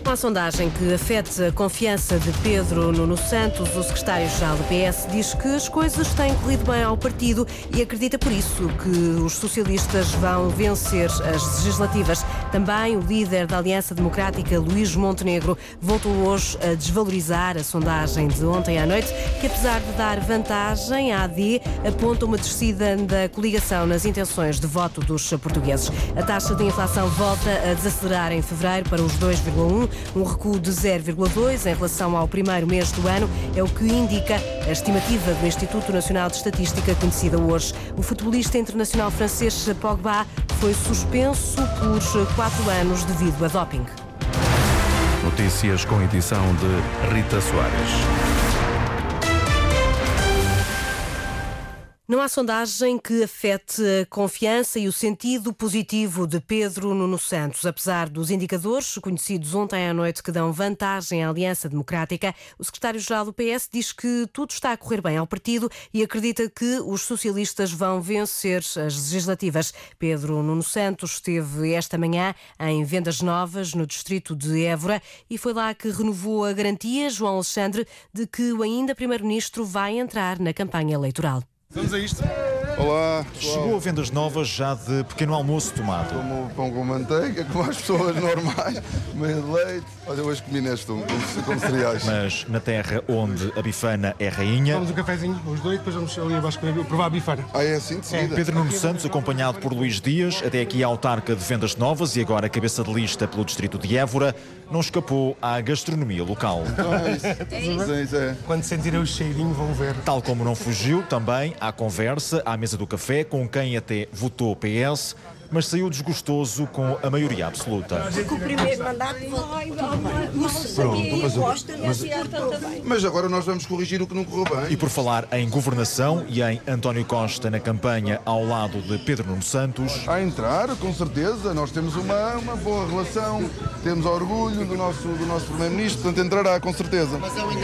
Uma sondagem que afete a confiança de Pedro Nuno Santos, o secretário-geral do PS, diz que as coisas têm corrido bem ao partido e acredita por isso que os socialistas vão vencer as legislativas. Também o líder da Aliança Democrática, Luís Montenegro, voltou hoje a desvalorizar a sondagem de ontem à noite, que apesar de dar vantagem à AD, aponta uma descida da coligação nas intenções de voto dos portugueses. A taxa de inflação volta a desacelerar em fevereiro para os 2,1%, um recuo de 0,2% em relação ao primeiro mês do ano, é o que indica a estimativa do Instituto Nacional de Estatística, conhecida hoje. O futebolista internacional francês Pogba foi suspenso por 4 anos devido a doping. Notícias com edição de Rita Soares. Não há sondagem que afete a confiança e o sentido positivo de Pedro Nuno Santos. Apesar dos indicadores conhecidos ontem à noite que dão vantagem à Aliança Democrática, o secretário-geral do PS diz que tudo está a correr bem ao partido e acredita que os socialistas vão vencer as legislativas. Pedro Nuno Santos esteve esta manhã em Vendas Novas, no distrito de Évora, e foi lá que renovou a garantia, João Alexandre, de que o ainda primeiro-ministro vai entrar na campanha eleitoral. Vamos a isto. Olá, pessoal. Chegou a Vendas Novas já de pequeno almoço tomado. Como pão com manteiga, como as pessoas normais, meio de leite. Olha, hoje comi neste com cereais. Mas na terra onde a bifana é rainha... Vamos um cafezinho, os dois, depois vamos ali abaixo provar a bifana. É assim de seguida. Pedro Nuno Santos, acompanhado por Luís Dias, até aqui a autarca de Vendas Novas e agora cabeça de lista pelo distrito de Évora, não escapou à gastronomia local. Então é isso. É. Quando sentirem o cheirinho vão ver. Tal como não fugiu também à conversa, à mesa do café, com quem até votou PS, mas saiu desgostoso com a maioria absoluta. Porque o primeiro mandato vai dar uma sabia e gosta de assiar tanta bem. Mas agora nós vamos corrigir o que não correu bem. E por falar em governação e em António Costa na campanha ao lado de Pedro Nuno Santos... A entrar, com certeza, nós temos uma boa relação, temos orgulho do nosso primeiro-ministro, portanto entrará, com certeza.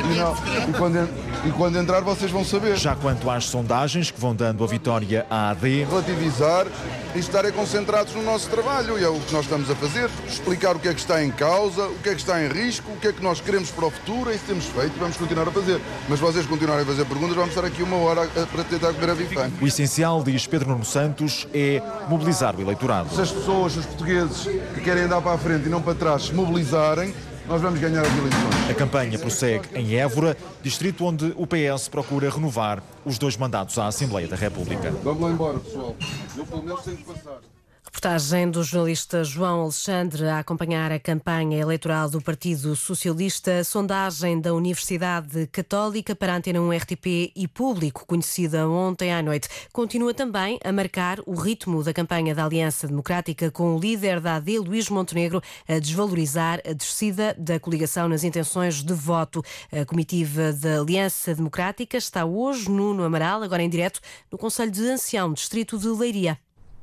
E quando entrar vocês vão saber. Já quanto às sondagens que vão dando a vitória à AD... Relativizar e estarem concentrados no nosso trabalho, e é o que nós estamos a fazer, explicar o que é que está em causa, o que é que está em risco, o que é que nós queremos para o futuro, é isso que temos feito e vamos continuar a fazer. Mas vocês continuarem a fazer perguntas, vamos estar aqui 1 hora para tentar comer a bifana. O essencial, diz Pedro Nuno Santos, é mobilizar o eleitorado. Se as pessoas, os portugueses que querem andar para a frente e não para trás, se mobilizarem, nós vamos ganhar as eleições. A campanha prossegue em Évora, distrito onde o PS procura renovar os 2 mandatos à Assembleia da República. Vamos lá embora, pessoal. Eu pelo menos tenho que passar. Reportagem do jornalista João Alexandre a acompanhar a campanha eleitoral do Partido Socialista. A sondagem da Universidade Católica para a Antena 1 RTP e Público, conhecida ontem à noite, continua também a marcar o ritmo da campanha da Aliança Democrática, com o líder da AD, Luís Montenegro, a desvalorizar a descida da coligação nas intenções de voto. A comitiva da Aliança Democrática está hoje no Amaral, agora em direto, no Conselho de Ancião, distrito de Leiria.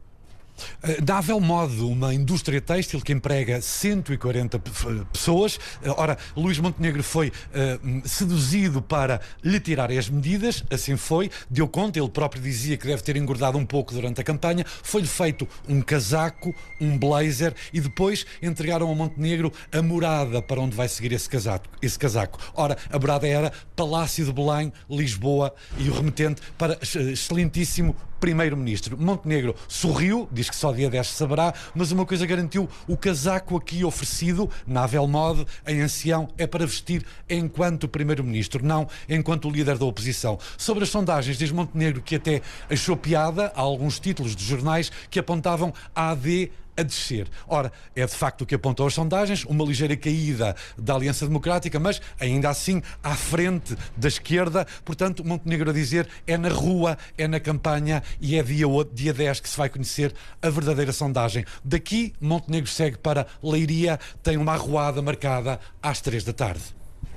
Da Avelmode, uma indústria têxtil que emprega 140 pessoas. Ora, Luís Montenegro foi seduzido para lhe tirar as medidas, assim foi, deu conta, ele próprio dizia que deve ter engordado um pouco durante a campanha, foi-lhe feito um casaco, um blazer e depois entregaram a Montenegro a morada para onde vai seguir esse casaco. Ora, a morada era Palácio de Belém, Lisboa, e o remetente para excelentíssimo Primeiro-Ministro. Montenegro sorriu, diz que só dia 10 saberá, mas uma coisa garantiu: o casaco aqui oferecido na Avelmode, em Ancião, é para vestir enquanto Primeiro-Ministro, não enquanto líder da oposição. Sobre as sondagens, diz Montenegro que até achou piada a alguns títulos de jornais que apontavam a AD a descer. Ora, é de facto o que apontam as sondagens, uma ligeira caída da Aliança Democrática, mas ainda assim à frente da esquerda. Portanto, Montenegro a dizer, é na rua, é na campanha e é dia 10 que se vai conhecer a verdadeira sondagem. Daqui, Montenegro segue para Leiria, tem uma arruada marcada às 3 da tarde.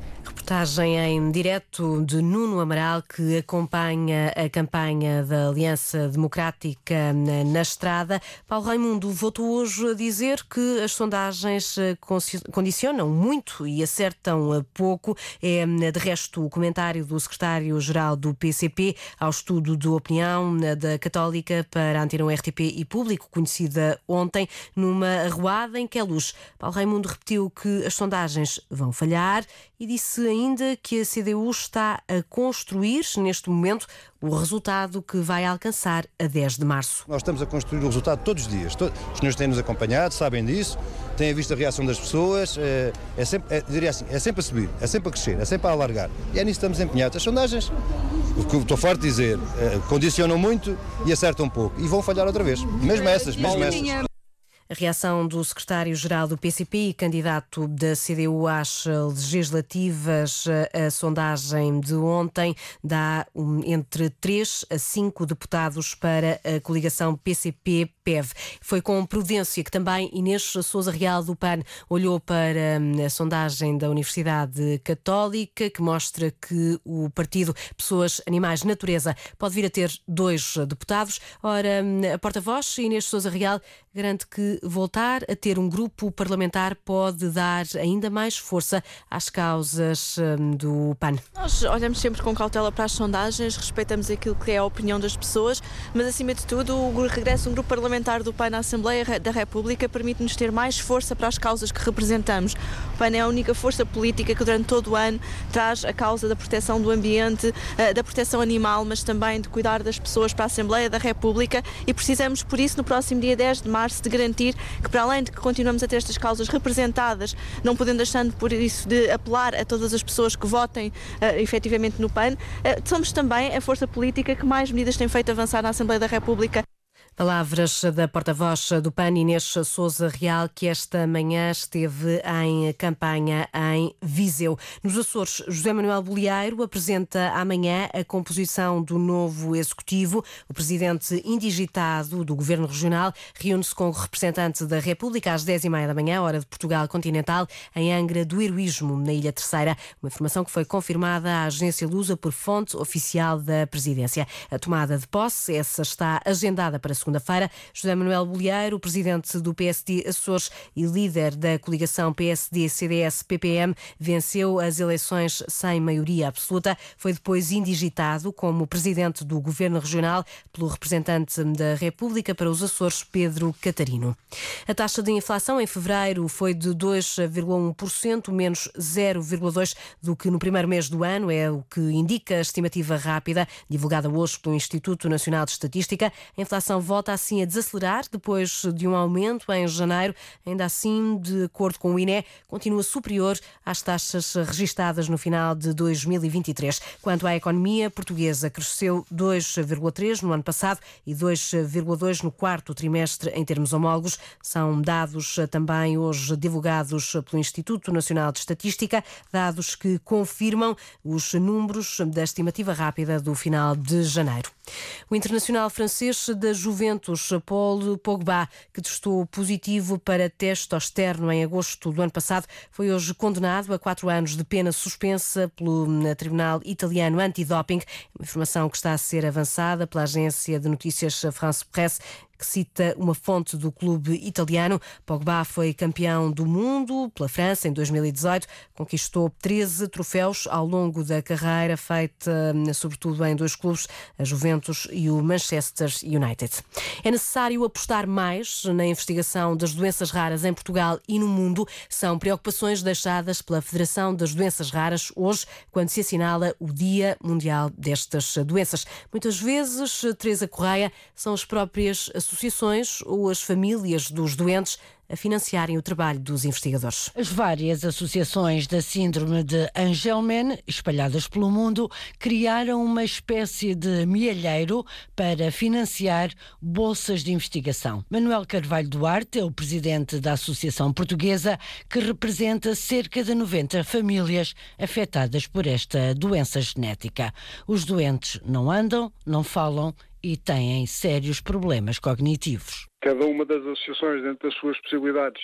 Reportagem em direto de Nuno Amaral, que acompanha a campanha da Aliança Democrática na estrada. Paulo Raimundo voltou hoje a dizer que as sondagens condicionam muito e acertam pouco. É, de resto, o comentário do secretário-geral do PCP ao estudo de opinião da Católica para a Antena RTP e Público, conhecida ontem, numa arruada em Queluz. Paulo Raimundo repetiu que as sondagens vão falhar e disse ainda que a CDU está a construir, neste momento, o resultado que vai alcançar a 10 de março. Nós estamos a construir o resultado todos os dias. Os senhores têm-nos acompanhado, sabem disso, têm visto a reação das pessoas. Diria assim, é sempre a subir, é sempre a crescer, é sempre a alargar. E é nisso que estamos empenhados. As sondagens, o que estou farto de dizer, condicionam muito e acertam um pouco. E vão falhar outra vez. Mesmo essas. A reação do secretário-geral do PCP e candidato da CDU às legislativas, a sondagem de ontem dá entre 3 a 5 deputados para a coligação PCP-PEV. Foi com prudência que também Inês Sousa Real do PAN olhou para a sondagem da Universidade Católica, que mostra que o partido Pessoas, Animais, Natureza pode vir a ter 2 deputados. Ora, a porta-voz, Inês Sousa Real, garante que voltar a ter um grupo parlamentar pode dar ainda mais força às causas do PAN. Nós olhamos sempre com cautela para as sondagens, respeitamos aquilo que é a opinião das pessoas, mas acima de tudo o regresso de um grupo parlamentar do PAN à Assembleia da República permite-nos ter mais força para as causas que representamos. O PAN é a única força política que durante todo o ano traz a causa da proteção do ambiente, da proteção animal, mas também de cuidar das pessoas para a Assembleia da República, e precisamos por isso no próximo dia 10 de março de garantir que, para além de que continuamos a ter estas causas representadas, não podendo deixando por isso de apelar a todas as pessoas que votem efetivamente no PAN, somos também a força política que mais medidas tem feito avançar na Assembleia da República. Palavras da porta-voz do PAN, Inês Sousa Real, que esta manhã esteve em campanha em Viseu. Nos Açores, José Manuel Bolieiro apresenta amanhã a composição do novo Executivo. O presidente indigitado do Governo Regional reúne-se com o representante da República às 10h30 da manhã, hora de Portugal continental, em Angra do Heroísmo, na Ilha Terceira. Uma informação que foi confirmada à agência Lusa por fonte oficial da presidência. A tomada de posse, essa está agendada para segunda-feira. José Manuel Bolieiro, presidente do PSD Açores e líder da coligação PSD-CDS-PPM, venceu as eleições sem maioria absoluta. Foi depois indigitado como presidente do Governo Regional pelo representante da República para os Açores, Pedro Catarino. A taxa de inflação em fevereiro foi de 2,1%, menos 0,2% do que no primeiro mês do ano. É o que indica a estimativa rápida, divulgada hoje pelo Instituto Nacional de Estatística. A inflação volta assim a desacelerar depois de um aumento em janeiro. Ainda assim, de acordo com o INE, continua superior às taxas registadas no final de 2023. Quanto à economia portuguesa, cresceu 2,3% no ano passado e 2,2% no quarto trimestre em termos homólogos. São dados também hoje divulgados pelo Instituto Nacional de Estatística, dados que confirmam os números da estimativa rápida do final de janeiro. O internacional francês da Juventus, Paul Pogba, que testou positivo para testosterona em agosto do ano passado, foi hoje condenado a 4 anos de pena suspensa pelo Tribunal Italiano Antidoping, uma informação que está a ser avançada pela agência de notícias France Presse, que cita uma fonte do clube italiano. Pogba foi campeão do mundo pela França em 2018, conquistou 13 troféus ao longo da carreira, feita sobretudo em 2 clubes, a Juventus e o Manchester United. É necessário apostar mais na investigação das doenças raras em Portugal e no mundo. São preocupações deixadas pela Federação das Doenças Raras hoje, quando se assinala o Dia Mundial destas doenças. Muitas vezes, Teresa Correia, são as próprias associações ou as famílias dos doentes a financiarem o trabalho dos investigadores. As várias associações da síndrome de Angelman, espalhadas pelo mundo, criaram uma espécie de mielheiro para financiar bolsas de investigação. Manuel Carvalho Duarte é o presidente da Associação Portuguesa, que representa cerca de 90 famílias afetadas por esta doença genética. Os doentes não andam, não falam e têm sérios problemas cognitivos. Cada uma das associações, dentro das suas possibilidades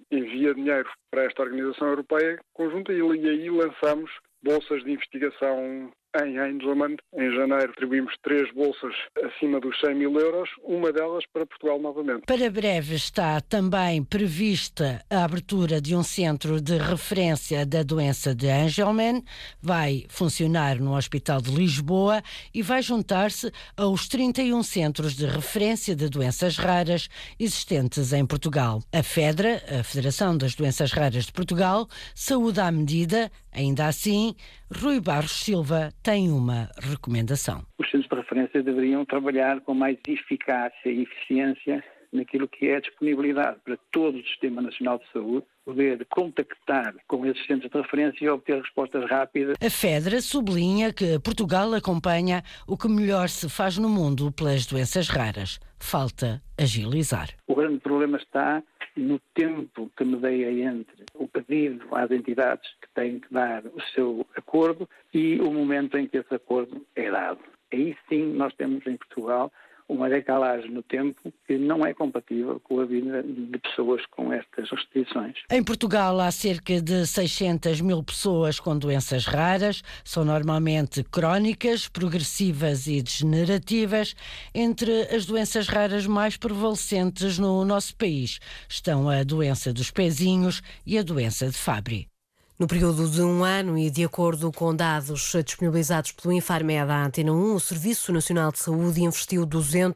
envia dinheiro para esta organização europeia conjunta e aí lançamos bolsas de investigação em Angelman. Em janeiro atribuímos 3 bolsas acima dos 100 mil euros, uma delas para Portugal novamente. Para breve está também prevista a abertura de um centro de referência da doença de Angelman. Vai funcionar no Hospital de Lisboa e vai juntar-se aos 31 centros de referência de doenças raras existentes em Portugal. A FEDRA, a Federação das Doenças Raras de Portugal, saúde à medida. Ainda assim, Rui Barros Silva tem uma recomendação. Os centros de referência deveriam trabalhar com mais eficácia e eficiência naquilo que é a disponibilidade para todo o Sistema Nacional de Saúde, poder contactar com esses centros de referência e obter respostas rápidas. A FEDRA sublinha que Portugal acompanha o que melhor se faz no mundo pelas doenças raras. Falta agilizar. O grande problema está no tempo que medeia entre o pedido às entidades que têm que dar o seu acordo e o momento em que esse acordo é dado. Aí sim nós temos em Portugal uma decalagem no tempo que não é compatível com a vida de pessoas com estas restrições. Em Portugal há cerca de 600 mil pessoas com doenças raras, são normalmente crónicas, progressivas e degenerativas. Entre as doenças raras mais prevalecentes no nosso país estão a doença dos pezinhos e a doença de Fabry. No período de 1 ano e de acordo com dados disponibilizados pelo Infarmed à Antena 1, o Serviço Nacional de Saúde investiu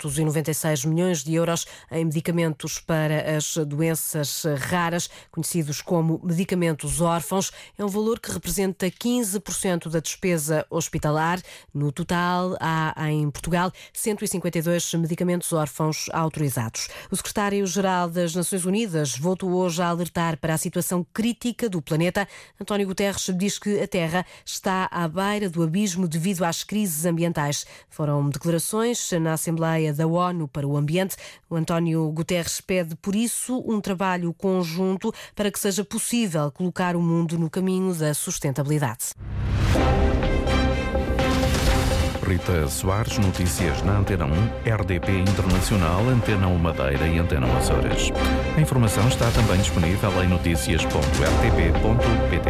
296 milhões de euros em medicamentos para as doenças raras, conhecidos como medicamentos órfãos. É um valor que representa 15% da despesa hospitalar. No total, há em Portugal 152 medicamentos órfãos autorizados. O secretário-geral das Nações Unidas voltou hoje a alertar para a situação crítica do planeta. António Guterres diz que a Terra está à beira do abismo devido às crises ambientais. Foram declarações na Assembleia da ONU para o Ambiente. O António Guterres pede, por isso, um trabalho conjunto para que seja possível colocar o mundo no caminho da sustentabilidade. Rita Soares, notícias na Antena 1, RDP Internacional, Antena 1 Madeira e Antena 1 Açores. A informação está também disponível em noticias.rtp.pt.